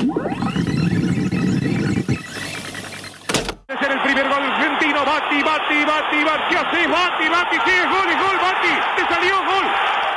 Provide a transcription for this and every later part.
Ese era el primer gol argentino. Batti, sí, gol, Batti. Te salió gol.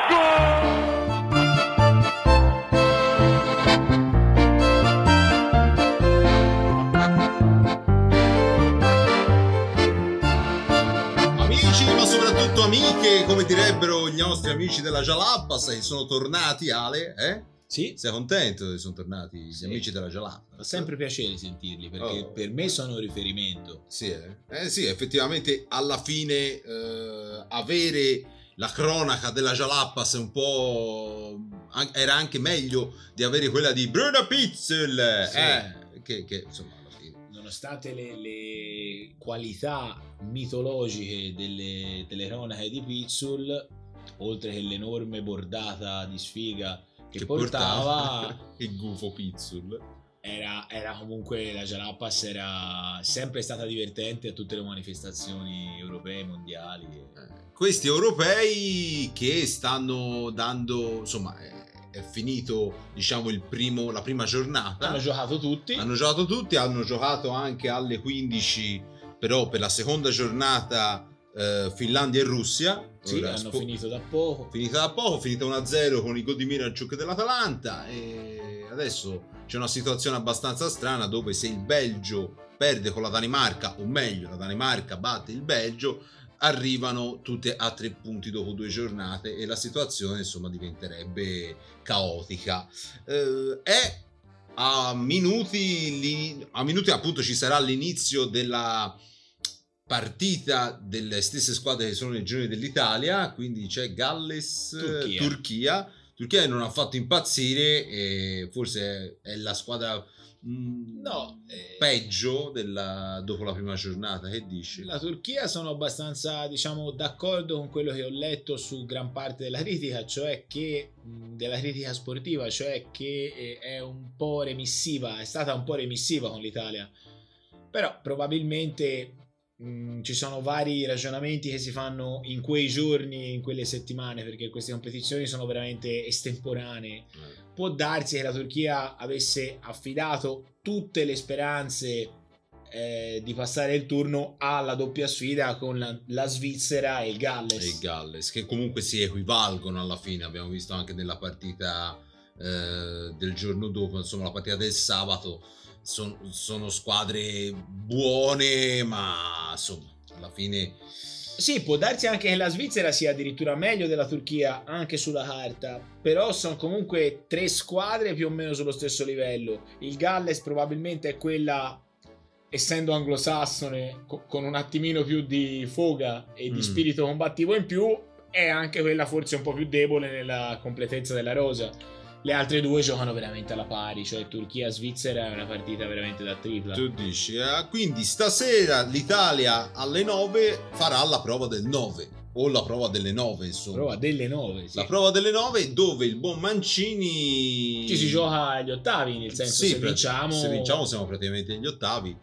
Amici, ma soprattutto amiche, come direbbero i nostri amici della Jalapas, che sono tornati, Ale, Sì. Sei contento che sono tornati gli Sì. amici della Jalapas? Fa sempre piacere sentirli perché per me sono un riferimento. Sì, sì, effettivamente alla fine avere la cronaca della Jalapas un po' era anche meglio di avere quella di Bruno Pizzul, Sì. che insomma alla fine. Nonostante le qualità mitologiche delle cronache di Pizzul, oltre che l'enorme bordata di sfiga che portava il gufo Pizzul, era comunque, la Jalapas era sempre stata divertente a tutte le manifestazioni europee, mondiali. Questi europei che stanno dando, insomma, è finito, diciamo, la prima giornata. Hanno giocato tutti, hanno giocato anche alle 15, però per la seconda giornata Finlandia e Russia. sì, Ora, hanno finito da poco. finita 1-0 con i gol di Miranchuk dell'Atalanta, e adesso c'è una situazione abbastanza strana dove se il Belgio perde con la Danimarca, o meglio la Danimarca batte il Belgio, arrivano tutte a 3 punti dopo 2 giornate e la situazione insomma diventerebbe caotica. È a minuti appunto ci sarà l'inizio della partita delle stesse squadre che sono nei gironi dell'Italia, quindi c'è Galles, Turchia che non ha fatto impazzire e forse è la squadra peggio dopo la prima giornata. Che dici? La Turchia sono abbastanza, diciamo, d'accordo con quello che ho letto su gran parte della critica, cioè che della critica sportiva, cioè che è un po' remissiva, è stata un po' remissiva con l'Italia, però probabilmente ci sono vari ragionamenti che si fanno in quei giorni, in quelle settimane, perché queste competizioni sono veramente estemporanee. Può darsi che la Turchia avesse affidato tutte le speranze di passare il turno alla doppia sfida con la Svizzera e il Galles. Che comunque si equivalgono alla fine, abbiamo visto anche nella partita del giorno dopo, insomma la partita del sabato. Sono squadre buone, ma insomma alla fine sì, può darsi anche che la Svizzera sia addirittura meglio della Turchia anche sulla carta, però sono comunque 3 squadre più o meno sullo stesso livello. Il Galles probabilmente è quella, essendo anglosassone, con un attimino più di foga e di spirito combattivo in più, è anche quella forse un po' più debole nella completezza della rosa. Le altre 2 giocano veramente alla pari, cioè Turchia-Svizzera è una partita veramente da tripla. Tu dici, quindi stasera l'Italia alle 9 farà la prova del 9 o la prova delle 9, insomma. Prova delle 9, sì. La prova delle 9 dove il buon Mancini ci si gioca agli ottavi, nel senso sì, se vinciamo siamo praticamente agli ottavi.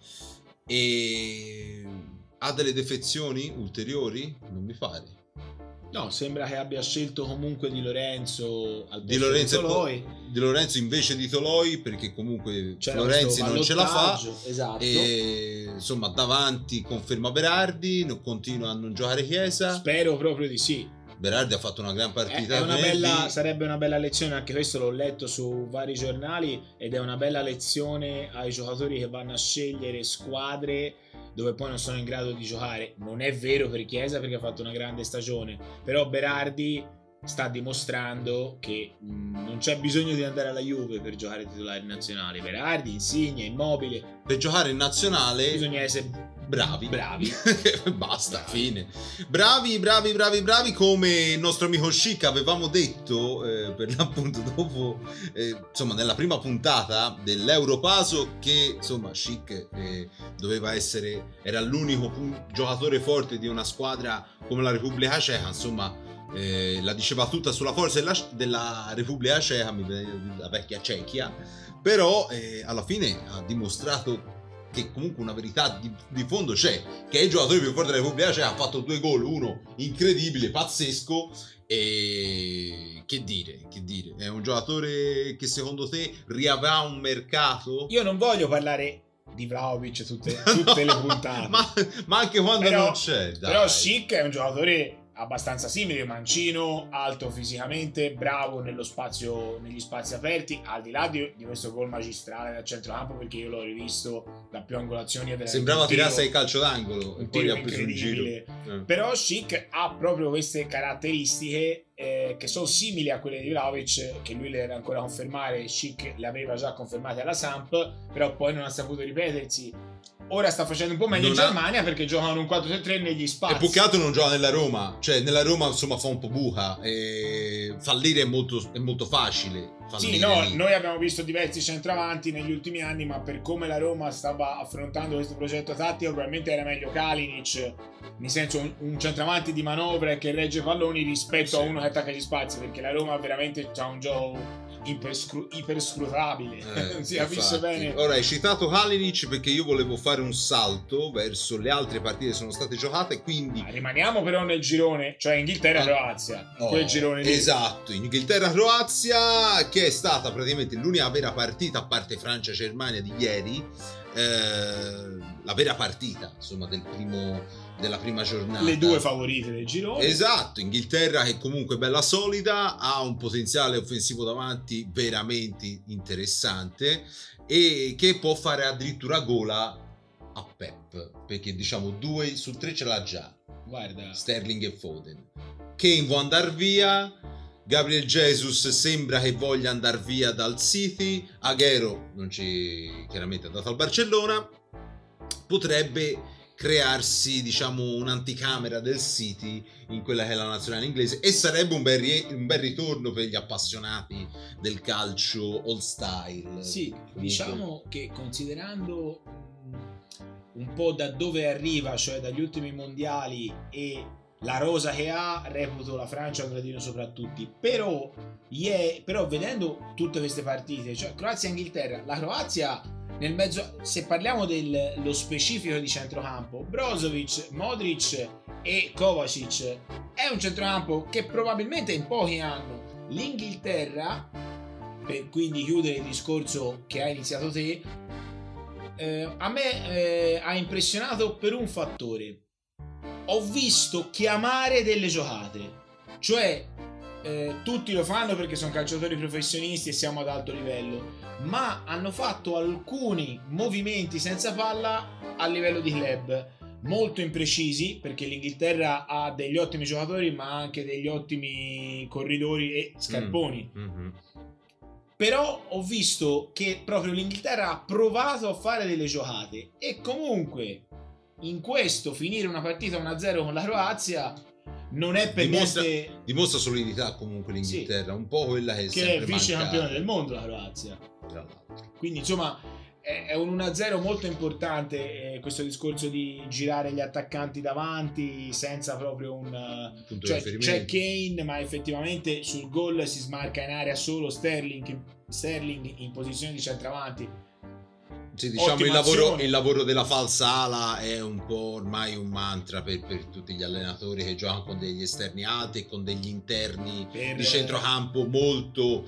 E ha delle defezioni ulteriori? Non mi pare. No, sembra che abbia scelto comunque Di Lorenzo al posto Di Toloi. Di Lorenzo invece di Toloi, perché comunque C'era Florenzi non ce la fa. Esatto. E insomma davanti conferma Berardi, continua a non giocare Chiesa. Spero proprio di sì. Berardi ha fatto una gran partita. Sarebbe una bella lezione, anche questo l'ho letto su vari giornali, ed è una bella lezione ai giocatori che vanno a scegliere squadre dove poi non sono in grado di giocare. Non è vero per Chiesa, perché ha fatto una grande stagione, però Berardi sta dimostrando che non c'è bisogno di andare alla Juve per giocare titolare in nazionale. Berardi, Insigne, Immobile, per giocare in nazionale bisogna essere bravi. Basta, fine. Bravi, come il nostro amico Chic avevamo detto per l'appunto dopo insomma nella prima puntata dell'Europaso, che insomma Chic era l'unico giocatore forte di una squadra come la Repubblica Ceca, insomma la diceva tutta sulla forza della Repubblica Ceca, la vecchia Cechia, però alla fine ha dimostrato che comunque una verità di fondo c'è, che è il giocatore più forte della Repubblica Ceca, ha fatto 2 gol, uno incredibile, pazzesco, e che dire, è un giocatore che secondo te riavrà un mercato? Io non voglio parlare di Vlahovic tutte le puntate, ma anche quando non c'è, dai. Però Schick è un giocatore abbastanza simile, mancino, alto fisicamente, bravo negli spazi aperti, al di là di questo gol magistrale dal centrocampo, perché io l'ho rivisto da più angolazioni e sembrava tirasse il calcio d'angolo e poi gli ha preso un giro. Però Schick ha proprio queste caratteristiche che sono simili a quelle di Vlahovic, che lui le deve ancora confermare. Schick le aveva già confermate alla Samp, però poi non ha saputo ripetersi. Ora sta facendo un po' meglio in Germania perché giocano un 4-3-3 negli spazi. E più che altro non gioca nella Roma, cioè nella Roma insomma fa un po' buca, e fallire è molto facile. Sì, no, noi abbiamo visto diversi centravanti negli ultimi anni, ma per come la Roma stava affrontando questo progetto tattico probabilmente era meglio Kalinic, nel senso un centravanti di manovra che regge palloni rispetto a uno che attacca gli spazi, perché la Roma veramente ha un gioco iperscrutabile, non si capisce bene. Ora hai citato Kalinic perché io volevo fare un salto verso le altre partite che sono state giocate, quindi rimaniamo però nel girone, cioè Inghilterra-Croazia, quel girone lì. Esatto, Inghilterra-Croazia, che è stata praticamente l'unica vera partita, a parte Francia-Germania di ieri, la vera partita insomma della prima giornata. Le 2 favorite del girone. Esatto, Inghilterra che comunque è bella solida, ha un potenziale offensivo davanti veramente interessante e che può fare addirittura gola a Pep, perché diciamo 2 su 3 ce l'ha già. Guarda, Sterling e Foden. Kane vuole andare via, Gabriel Jesus sembra che voglia andare via dal City, Aguero chiaramente è andato al Barcellona, potrebbe crearsi diciamo un'anticamera del City in quella che è la nazionale inglese, e sarebbe un bel ritorno per gli appassionati del calcio old style. Sì, comunque. Diciamo che considerando un po' da dove arriva, cioè dagli ultimi mondiali, e la rosa che ha, reputo la Francia un gradino sopra tutti. Però vedendo tutte queste partite, cioè Croazia e Inghilterra, la Croazia nel mezzo, se parliamo dello specifico di centrocampo, Brozovic, Modric e Kovacic, è un centrocampo che probabilmente in pochi hanno. L'Inghilterra, per quindi chiudere il discorso che hai iniziato te, a me ha impressionato per un fattore: ho visto chiamare delle giocate, cioè tutti lo fanno perché sono calciatori professionisti e siamo ad alto livello, ma hanno fatto alcuni movimenti senza palla a livello di club molto imprecisi, perché l'Inghilterra ha degli ottimi giocatori ma anche degli ottimi corridori e scarponi. Però ho visto che proprio l'Inghilterra ha provato a fare delle giocate, e comunque in questo finire una partita 1-0 con la Croazia non è per niente. Dimostra solidità comunque l'Inghilterra, sì, un po' quella che è vice campione del mondo la Croazia. Quindi insomma è un 1-0 molto importante, questo discorso di girare gli attaccanti davanti senza proprio punto cioè, di riferimento. C'è Kane, ma effettivamente sul gol si smarca in area solo Sterling in posizione di centravanti. Sì, diciamo il lavoro della falsa ala è un po' ormai un mantra per tutti gli allenatori che giocano con degli esterni alti e con degli interni di centrocampo molto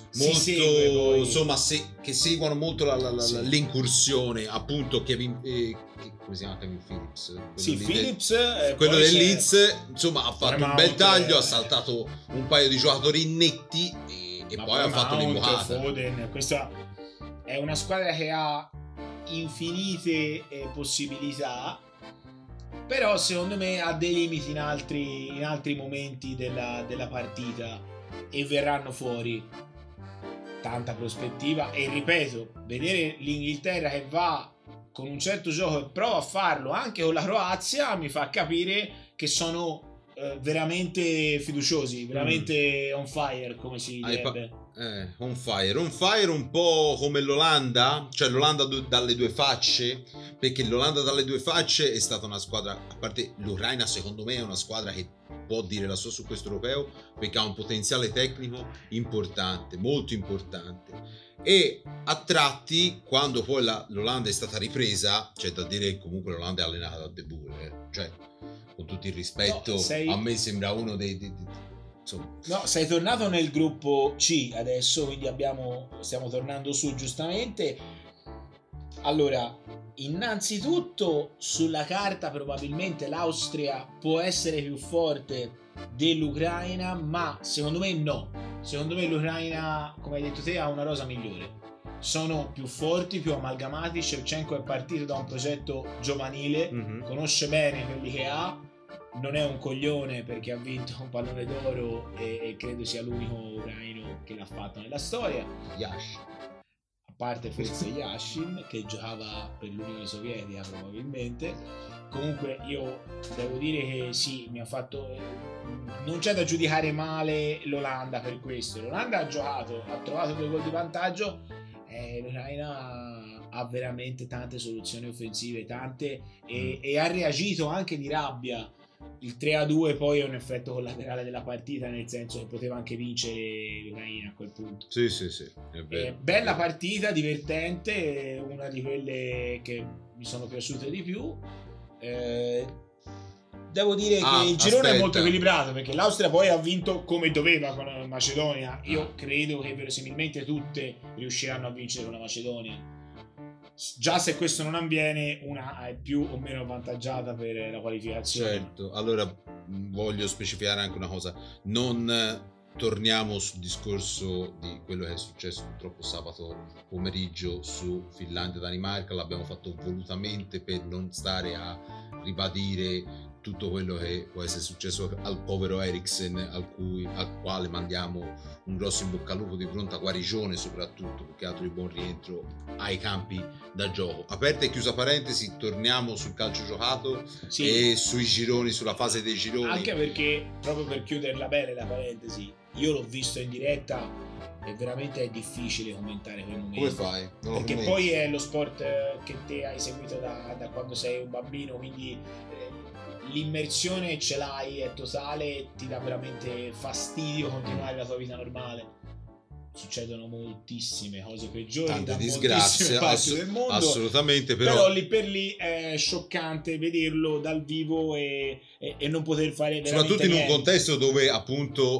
insomma che seguono molto l'incursione, appunto. Come si chiama Kevin Phillips? Quello del Leeds, insomma, ha fatto un bel taglio, ha saltato un paio di giocatori netti e poi ha fatto l'imbucata. Questa è una squadra che ha infinite possibilità, però secondo me ha dei limiti in altri momenti della partita, e verranno fuori tanta prospettiva. E ripeto, vedere l'Inghilterra che va con un certo gioco e prova a farlo anche con la Croazia mi fa capire che sono veramente fiduciosi, veramente on fire, come si direbbe. On fire un po' come l'Olanda, cioè l'Olanda dalle due facce, perché l'Olanda dalle due facce è stata una squadra, a parte l'Ucraina secondo me è una squadra che può dire la sua su questo europeo, perché ha un potenziale tecnico importante, molto importante, e a tratti, quando poi l'Olanda è stata ripresa, c'è da dire che comunque l'Olanda è allenata da De Boer, cioè con tutto il rispetto, No, a me sembra uno dei insomma. No, sei tornato nel gruppo C adesso, quindi stiamo tornando su giustamente. Allora, innanzitutto sulla carta probabilmente l'Austria può essere più forte dell'Ucraina, ma secondo me no. Secondo me l'Ucraina, come hai detto te, ha una rosa migliore. Sono più forti, più amalgamati. Shevchenko è partito da un progetto giovanile, conosce bene quelli che ha, non è un coglione perché ha vinto un pallone d'oro e credo sia l'unico ucraino che l'ha fatto nella storia. Yash. A parte forse Yashin che giocava per l'Unione Sovietica probabilmente. Comunque io devo dire che sì, mi ha fatto, non c'è da giudicare male l'Olanda per questo. L'Olanda ha giocato, ha trovato 2 gol di vantaggio, l'Ucraina ha veramente tante soluzioni offensive, tante, e ha reagito anche di rabbia. Il 3-2 poi è un effetto collaterale della partita, nel senso che poteva anche vincere l'Ucraina a quel punto. Sì, è vero. Bella partita, divertente, una di quelle che mi sono piaciute di più. Devo dire che il girone è molto equilibrato, perché l'Austria poi ha vinto come doveva con la Macedonia. Io credo che verosimilmente tutte riusciranno a vincere con la Macedonia. Già se questo non avviene, una è più o meno avvantaggiata per la qualificazione. Certo, allora voglio specificare anche una cosa: non torniamo sul discorso di quello che è successo purtroppo sabato pomeriggio su Finlandia-Danimarca. L'abbiamo fatto volutamente per non stare a ribadire tutto quello che può essere successo al povero Eriksen, al quale mandiamo un grosso in bocca al lupo di pronta guarigione, soprattutto perché altro di buon rientro ai campi da gioco. Aperta e chiusa parentesi, torniamo sul calcio giocato, sì, e sui gironi, sulla fase dei gironi. Anche perché, proprio per chiuderla bene la parentesi, io l'ho visto in diretta e veramente è difficile commentare quel momento. Come fai? Perché poi è lo sport che te hai seguito da quando sei un bambino, quindi l'immersione ce l'hai, è totale, ti dà veramente fastidio continuare la tua vita normale. Succedono moltissime cose peggiori, tante da disgrazie, parti del mondo, assolutamente, però lì per lì è scioccante vederlo dal vivo e non poter fare veramente soprattutto in niente. un contesto dove appunto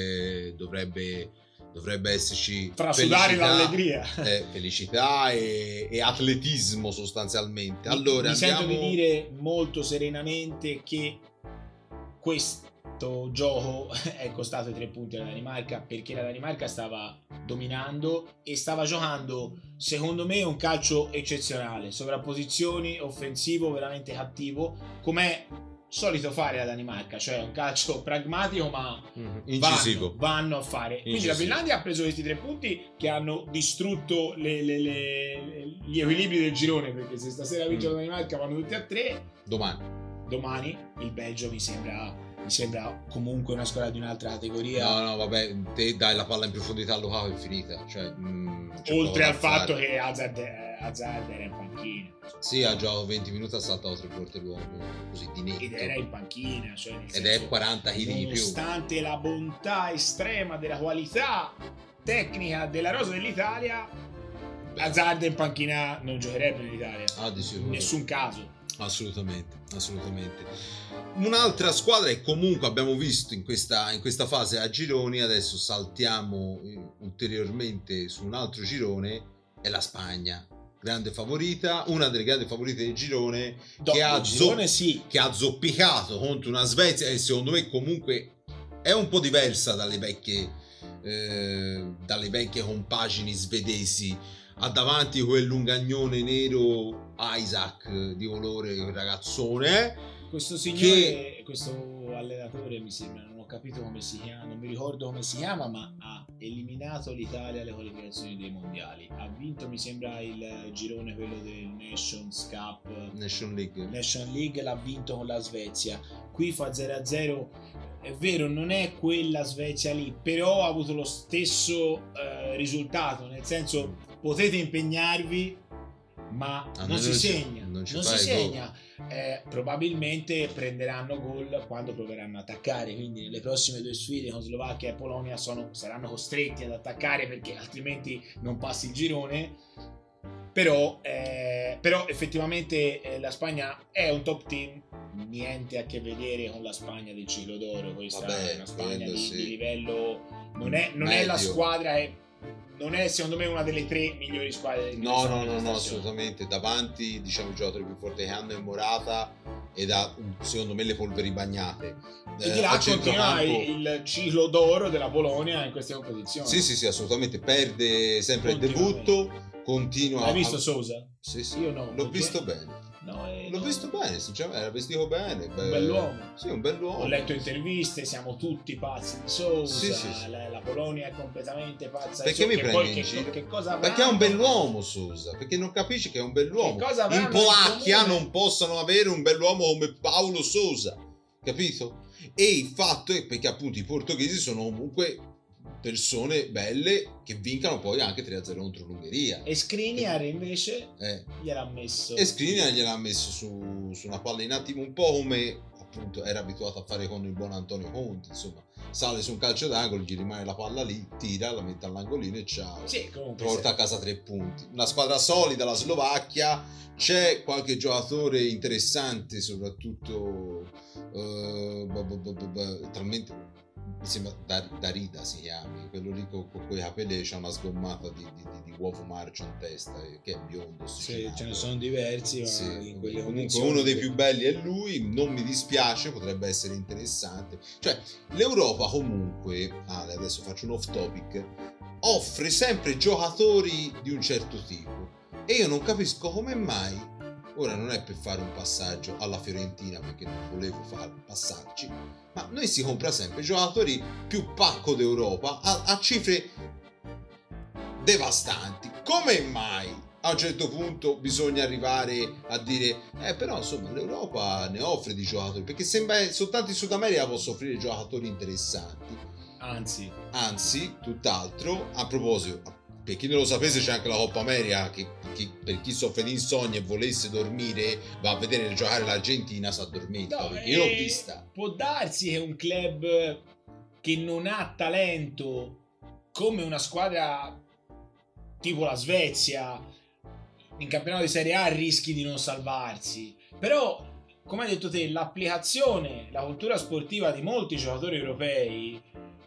dovrebbe esserci trasudare l'allegria, felicità e atletismo sostanzialmente. Allora mi sento di dire molto serenamente che questo gioco è costato i 3 punti alla Danimarca, perché la Danimarca stava dominando e stava giocando, secondo me, un calcio eccezionale, sovrapposizioni, offensivo veramente cattivo, com'è solito fare la Danimarca, cioè un calcio pragmatico ma incisivo, vanno a fare. incisivo. Quindi la Finlandia ha preso questi 3 punti che hanno distrutto gli equilibri del girone, perché se stasera vince la Danimarca vanno tutti a 3. Domani il Belgio mi sembra comunque una squadra di un'altra categoria. No, vabbè, te dai la palla in profondità a Lukaku, è finita, cioè, oltre al fatto che Hazard era in panchina. Sì, ha giocato 20 minuti, ha saltato 3 volte l'uomo, così di netto. Ed era in panchina, cioè nel senso, è 40 kg di più. Nonostante la bontà estrema della qualità tecnica della rosa dell'Italia, Hazard in panchina non giocherebbe in Italia. In nessun caso. Assolutamente. Un'altra squadra che comunque abbiamo visto in questa fase a gironi, adesso saltiamo ulteriormente su un altro girone, è la Spagna, grande favorita, una delle grandi favorite del girone, che ha zoppicato contro una Svezia che secondo me comunque è un po' diversa dalle vecchie compagini svedesi. Ha davanti quel lungagnone nero Isaac di colore, quel ragazzone, questo signore, questo allenatore, mi sembra, non ho capito come si chiama, non mi ricordo come si chiama, ma ha eliminato l'Italia alle qualificazioni dei mondiali, ha vinto, mi sembra, il girone, quello del Nation League, l'ha vinto con la Svezia. Qui fa 0-0, è vero, non è quella Svezia lì, però ha avuto lo stesso risultato, nel senso, potete impegnarvi, ma Ah, non si segna, non ci non fai si gol. segna. Probabilmente prenderanno gol quando proveranno ad attaccare, quindi nelle prossime due sfide con Slovacchia e Polonia saranno costretti ad attaccare perché altrimenti non passi il girone. Però effettivamente la Spagna è un top team, niente a che vedere con la Spagna del ciclo d'oro. Questa Vabbè, è una Spagna quello di sì. livello, non è la Medio. squadra, non è secondo me una delle tre migliori squadre No, stagione. assolutamente. Davanti, diciamo, i giocatori più forti che hanno è Morata ed ha, secondo me, le polveri bagnate. E di là a continua centrocampo- il ciclo d'oro della Polonia in queste competizioni. Sì, assolutamente. Perde sempre il debutto, continua. L'hai visto Sousa? Sì. Io no. L'ho perché? visto bene. No, L'ho visto bene, sinceramente, era vestito bene. Un bell'uomo. Sì, un bell'uomo. Ho letto interviste, siamo tutti pazzi di Sousa, Sì. La Polonia è completamente pazza Perché di mi Sousa. prendi in giro? Che cosa Perché è un avranno? bell'uomo Sousa, perché non capisci che è un bell'uomo. Che cosa avranno In Polacchia in comune? non possono avere un bell'uomo come Paulo Sousa, capito? E il fatto è perché appunto i portoghesi sono comunque persone belle che vincano poi anche 3-0 contro l'Ungheria. E Skriniar invece Eh. gliel'ha messo. E Skriniar gliel'ha messo su una palla in attimo, un po' come appunto era abituato a fare con il buon Antonio Conte, insomma, sale su un calcio d'angolo, gli rimane la palla lì, tira, la mette all'angolino e ciao. Sì, comunque Porta a casa 3 punti. Una squadra solida, la Slovacchia. C'è qualche giocatore interessante, soprattutto talmente mi sembra Darida si chiami, quello lì con quei capelli, c'ha una sgommata di uovo marcio in testa, che è biondo. sì, ce ne sono diversi, ma Sì, in quelle comunque condizioni uno dei più belli è lui, non mi dispiace, potrebbe essere interessante. Cioè, l'Europa comunque, adesso faccio un off topic, offre sempre giocatori di un certo tipo e io non capisco come mai. Ora non è per fare un passaggio alla Fiorentina perché non volevo passarci, ma noi si compra sempre giocatori più pacco d'Europa a cifre devastanti. Come mai a un certo punto bisogna arrivare a dire però insomma l'Europa ne offre di giocatori, perché sembra soltanto in Sud America posso offrire giocatori interessanti, anzi tutt'altro. A proposito, per chi non lo sapesse, c'è anche la Coppa America che per chi soffre di insonnia e volesse dormire va a vedere giocare l'Argentina, si addormenta, perché io l'ho vista. Può darsi che un club che non ha talento come una squadra tipo la Svezia in campionato di Serie A rischi di non salvarsi, però come hai detto te, l'applicazione, la cultura sportiva di molti giocatori europei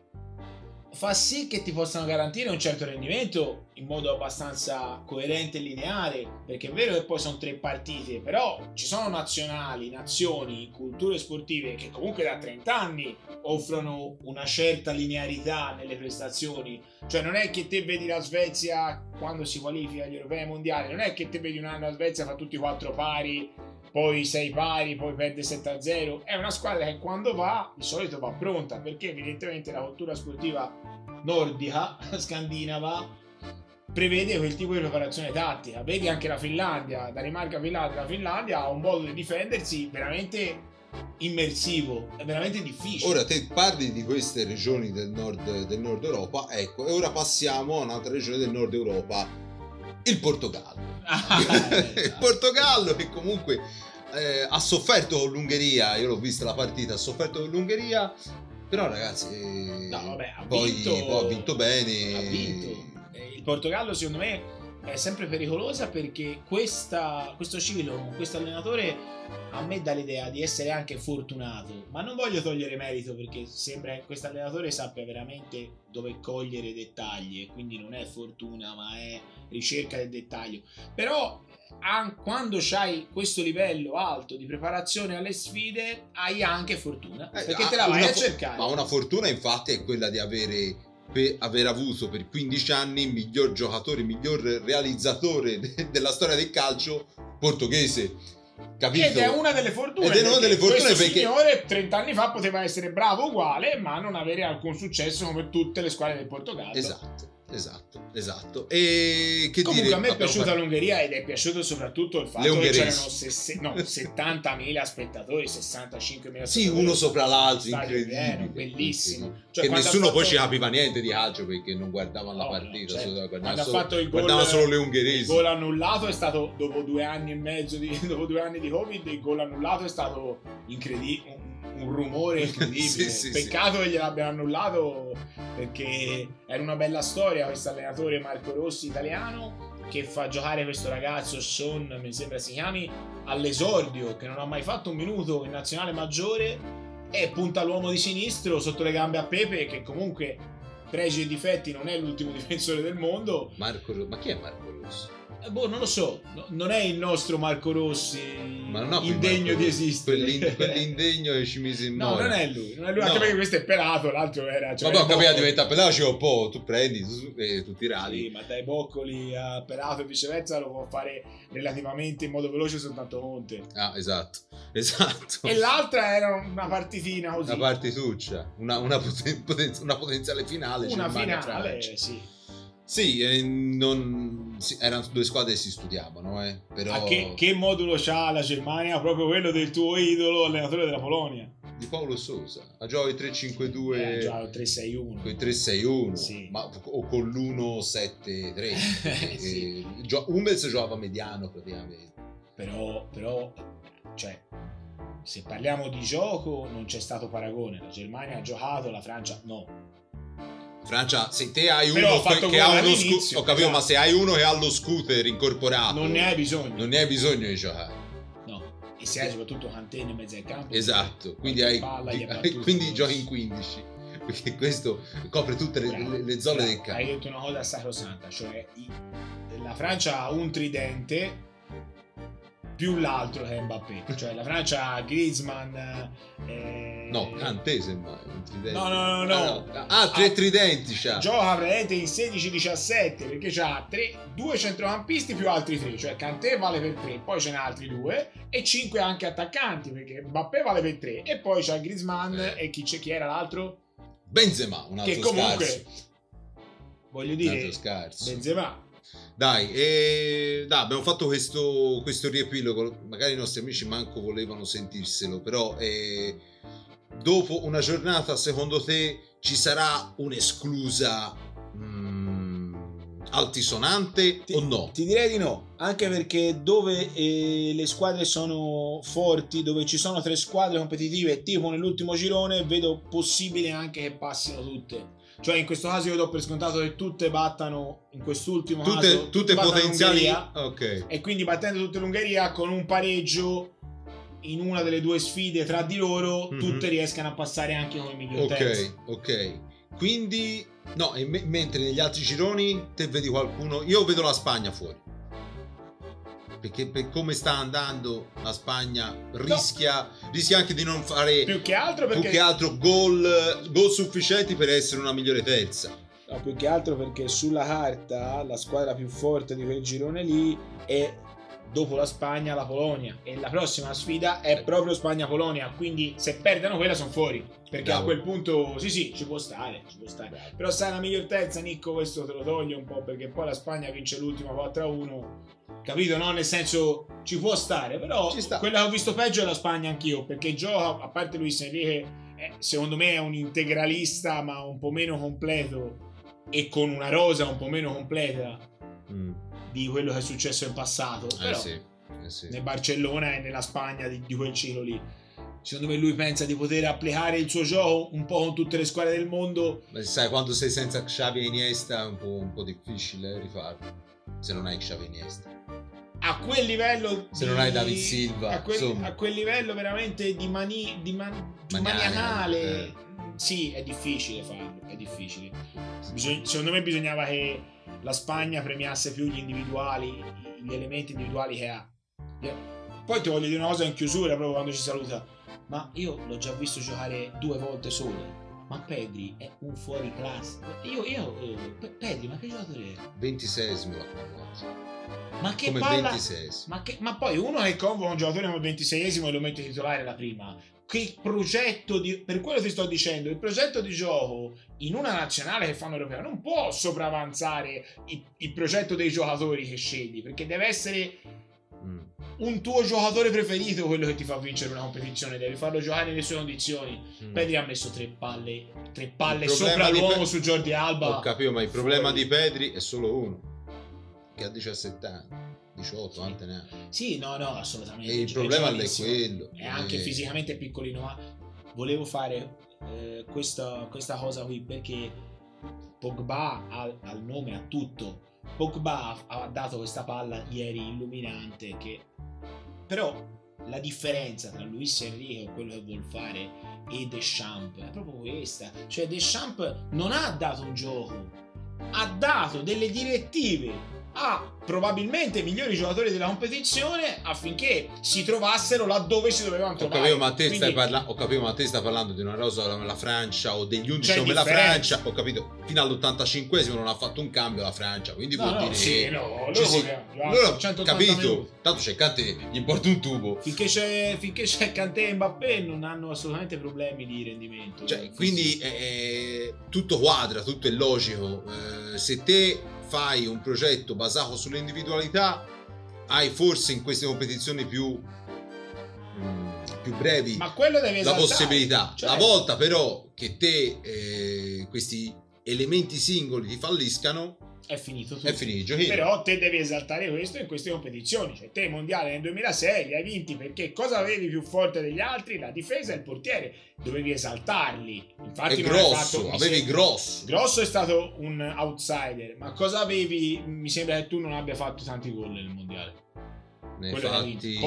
fa sì che ti possano garantire un certo rendimento in modo abbastanza coerente e lineare, perché è vero che poi sono 3 partite, però ci sono nazioni, culture sportive che comunque da 30 anni offrono una certa linearità nelle prestazioni. Cioè non è che te vedi la Svezia quando si qualifica agli europei mondiali, non è che te vedi un anno la Svezia fa tutti 4 pari, poi 6 pari, poi perde 7-0. È una squadra che quando va di solito va pronta, perché evidentemente la cultura sportiva nordica, scandinava, prevede quel tipo di preparazione tattica. Vedi anche la Finlandia, Danimarca-Finlandia, la Finlandia ha un modo di difendersi veramente immersivo, è veramente difficile. Ora te parli di queste regioni del nord Europa, ecco, e ora passiamo a un'altra regione del nord Europa, il Portogallo. Il Portogallo che comunque ha sofferto con l'Ungheria, io l'ho vista la partita, ha sofferto con l'Ungheria, però ragazzi poi ha vinto bene. Ha vinto. Il Portogallo secondo me è sempre pericolosa perché questo ciclo con questo allenatore a me dà l'idea di essere anche fortunato, ma non voglio togliere merito perché sembra che questo allenatore sappia veramente dove cogliere i dettagli e quindi non è fortuna ma è ricerca del dettaglio. Però quando c'hai questo livello alto di preparazione alle sfide hai anche fortuna perché te la vai a cercare. Ma una fortuna infatti è quella di aver avuto per 15 anni il miglior giocatore, il miglior realizzatore della storia del calcio portoghese. Capito? Ed è una delle fortune. Questo signore 30 anni fa poteva essere bravo uguale, ma non avere alcun successo come tutte le squadre del Portogallo. Esatto. Esatto. E che Comunque dire, a me è abbiamo piaciuta fatto- l'Ungheria ed è piaciuto soprattutto il Le fatto che ungheresi. c'erano 70.000 spettatori, 65.000 Sì, spettatori. uno sopra l'altro, Stadio incredibile. pieno, bellissimo. Incredibile. Cioè, che quando nessuno ha poi fatto- ci capiva niente di calcio perché non guardavano la No, partita, certo. solo- Quando ha fatto il gol, guardavano solo le il ungheresi. gol annullato è stato dopo 2 anni e mezzo dopo 2 anni di Covid, il gol annullato è stato incredibile, un rumore incredibile. Sì. Peccato che gliel'abbiano annullato, perché era una bella storia questo allenatore Marco Rossi italiano che fa giocare questo ragazzo Son, mi sembra si chiami, all'esordio, che non ha mai fatto un minuto in nazionale maggiore, e punta l'uomo di sinistro sotto le gambe a Pepe, che comunque pregi e difetti non è l'ultimo difensore del mondo. Ma chi è Marco Rossi? Non lo so, non è il nostro Marco Rossi, Ma non ho più indegno Marco di Rossi. esistere. Quell'indegno che ci mise in No, mora. non è lui, No. anche perché questo è pelato, l'altro era... Vabbè, ho capito, diventa pedaggio un po', tu prendi e tu tiravi. Sì, ma dai boccoli a pelato e viceversa lo può fare relativamente in modo veloce soltanto Conte. Ah, esatto. E l'altra era una partitina così. Una partituccia, una potenziale finale. Una Germania-Francia. finale, sì. Sì, erano 2 squadre che si studiavano, però A che modulo c'ha la Germania? Proprio quello del tuo idolo, allenatore della Polonia. di Paolo Sousa. Ha giocato il 3-5-2, Già il 3-6-1. con il 3-6-1, Sì. o con l'1-7-3. Sì. Hummels giocava mediano praticamente. Però, cioè, se parliamo di gioco non c'è stato paragone. La Germania ha giocato, la Francia no. Francia, se te hai Però uno ha fatto che gol ha uno all'inizio, ho capito, esatto. ma se hai uno che ha lo scooter incorporato, Non ne hai bisogno. non ne hai bisogno di giocare. No. E se hai soprattutto Cantene in mezzo al campo. Esatto, quindi, qualche palla gli è battuta. quindi giochi in 15, perché questo copre tutte le zone del campo. Hai detto una cosa sacrosanta, cioè la Francia ha un tridente più l'altro che è Mbappé, cioè la Francia ha Griezmann, No, Kanté semmai, un tridente. No. Tre tridenti c'ha. Gioca praticamente in 16-17 perché c'ha 2 centrocampisti più altri 3, cioè Kanté vale per 3, poi ce n'ha altri 2 e 5 anche attaccanti perché Mbappé vale per 3 e poi c'ha Griezmann e chi era l'altro? Benzema, un altro Che comunque scarso. voglio Un dire altro scarso. Benzema. Dai, abbiamo fatto questo riepilogo, magari i nostri amici manco volevano sentirselo, però dopo una giornata secondo te ci sarà un'esclusa altisonante o no? Ti direi di no, anche perché dove le squadre sono forti, dove ci sono 3 squadre competitive, tipo nell'ultimo girone, vedo possibile anche che passino tutte. Cioè in questo caso io do per scontato che tutte battano, in quest'ultimo caso, Tutte battano potenziali. l'Ungheria, Ok. e quindi battendo tutte l'Ungheria con un pareggio in una delle 2 sfide tra di loro, Mhm. tutte riescano a passare anche come miglior terzo. Ok. Quindi, no, mentre negli altri gironi te vedi qualcuno, io vedo la Spagna fuori. Perché per come sta andando la Spagna rischia anche di non fare Più che altro perché gol sufficienti per essere una migliore terza. No, più che altro perché sulla carta la squadra più forte di quel girone lì è, dopo la Spagna, la Polonia, e la prossima sfida è proprio Spagna-Polonia, quindi se perdono quella sono fuori, perché Bravo. a quel punto sì, ci può stare. Però sai, la miglior terza, Nicco, questo te lo toglie un po', perché poi la Spagna vince l'ultima 4-1, capito? No, nel senso ci può stare, però Ci sta. quella che ho visto peggio è la Spagna anch'io, perché gioca, a parte Luis Enrique, secondo me è un integralista ma un po' meno completo e con una rosa un po' meno completa di quello che è successo in passato, però Sì. nel Barcellona e nella Spagna di quel ciclo lì, secondo me lui pensa di poter applicare il suo gioco un po' con tutte le squadre del mondo. Ma sai, quando sei senza Xavi e Iniesta è un po' difficile rifarlo, se non hai Xavi e Iniesta. A quel livello Se non hai David Silva, insomma. a quel livello veramente di maniacale, sì, è difficile farlo, è difficile. Secondo me bisognava che la Spagna premiasse più gli individuali, gli elementi individuali che ha. Poi ti voglio dire una cosa in chiusura, proprio quando ci saluta, ma io l'ho già visto giocare 2 volte sole. Ma Pedri è un fuori classe. Pedri, ma che giocatore è? 26esimo la convocazione. Ma che Come palla! 26esimo. Ma poi uno che convoca un giocatore come 26esimo e lo mette titolare la prima, che progetto per quello ti sto dicendo, il progetto di gioco in una nazionale che fa un europeo non può sopravanzare il progetto dei giocatori che scegli, perché deve essere un tuo giocatore preferito quello che ti fa vincere una competizione, devi farlo giocare nelle sue condizioni. Pedri ha messo tre palle sopra l'uomo su Jordi Alba. Ho capito, ma il problema di Pedri è solo uno, che ha 17 anni, 18, quante ne ha? Sì, no, assolutamente. E il problema è quello. È anche fisicamente piccolino, ma volevo fare questa cosa qui perché Pogba ha il nome, ha tutto. Pogba ha dato questa palla ieri illuminante, che però la differenza tra Luis Enrique, quello che vuol fare, e Deschamps è proprio questa. Cioè Deschamps non ha dato un gioco, ha dato delle direttive a probabilmente i migliori giocatori della competizione affinché si trovassero laddove si dovevano trovare. Ho capito, ma te stai parlando di una rosa come la Francia o degli 11 come la Francia. Ho capito, fino all'85esimo non ha fatto un cambio la Francia, quindi vuol dire sì, loro capito, tanto c'è Kanté, gli importa un tubo. Finché c'è Kanté e Mbappé non hanno assolutamente problemi di rendimento. Cioè, quindi tutto quadra, tutto è logico. Se te fai un progetto basato sulle individualità, hai forse in queste competizioni più brevi ma quello devi la esaltare. Possibilità. Cioè, la volta però che te questi elementi singoli ti falliscano, è finito tutto. È finito il giochino. Però te devi esaltare questo in queste competizioni. Cioè, te i mondiali nel 2006 li hai vinti perché cosa avevi più forte degli altri? La difesa e il portiere. Dovevi esaltarli. Infatti, è grosso, avevi grosso. Grosso è stato un outsider. Ma cosa avevi? Mi sembra che tu non abbia fatto tanti gol nel mondiale. Ne hai fatti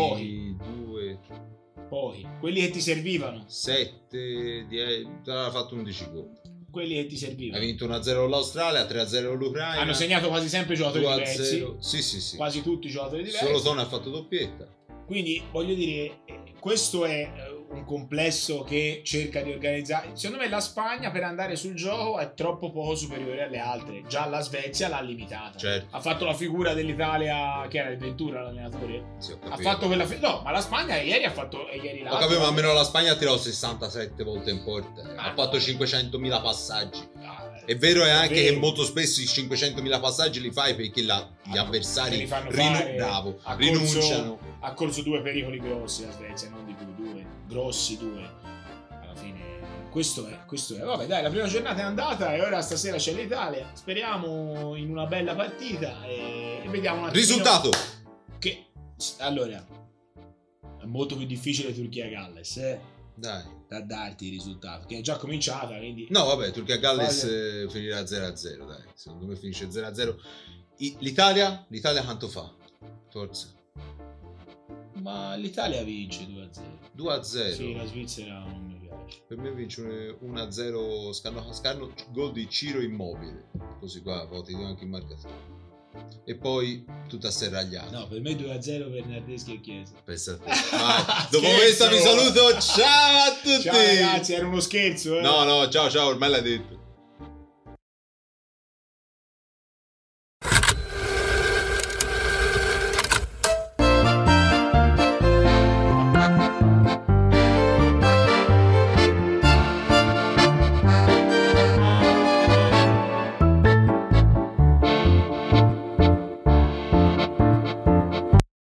pochi. Quelli che ti servivano. 7, 10, ha fatto 11 gol. Quelli che ti servivano. Ha vinto 1-0 l'Australia, 3-0 l'Ucraina. Hanno segnato quasi sempre giocatori diversi. Sì. Quasi tutti i giocatori diversi. Solo Tone ha fatto doppietta. Quindi voglio dire, questo è un complesso che cerca di organizzare. Secondo me la Spagna per andare sul gioco è troppo poco superiore alle altre. Già la Svezia l'ha limitata. Certo. Ha fatto la figura dell'Italia, che era il Ventura l'allenatore. Sì, ha fatto quella no, ma la Spagna ieri ha fatto ho capito, ma almeno la Spagna ha tirato 67 volte in porta. Ha fatto 500.000 passaggi. È vero è anche che molto spesso i 500.000 passaggi li fai perché gli avversari rinunciano. Ha corso 2 pericoli grossi la Svezia, non di più, 2 grossi, 2 alla fine. Questo è vabbè, dai, la prima giornata è andata e ora stasera c'è l'Italia, speriamo in una bella partita e vediamo un attimo risultato che allora è molto più difficile Turchia-Galles, dai, da darti il risultato che è già cominciata, quindi no vabbè, Turchia-Galles finirà 0-0, dai, secondo me finisce 0-0. L'Italia quanto fa? Forza. Ma l'Italia vince 2-0. Sì, la Svizzera non mi piace. Per me vince 1-0 scarno gol di Ciro Immobile. Così qua voti anche in marcatore. E poi tutta serragliata. No, per me 2-0 Bernardeschi e Chiesa. Pensa a te. Dopo questa vi saluto. Ciao a tutti. Ciao ragazzi, era uno scherzo. No, ciao, ormai l'hai detto.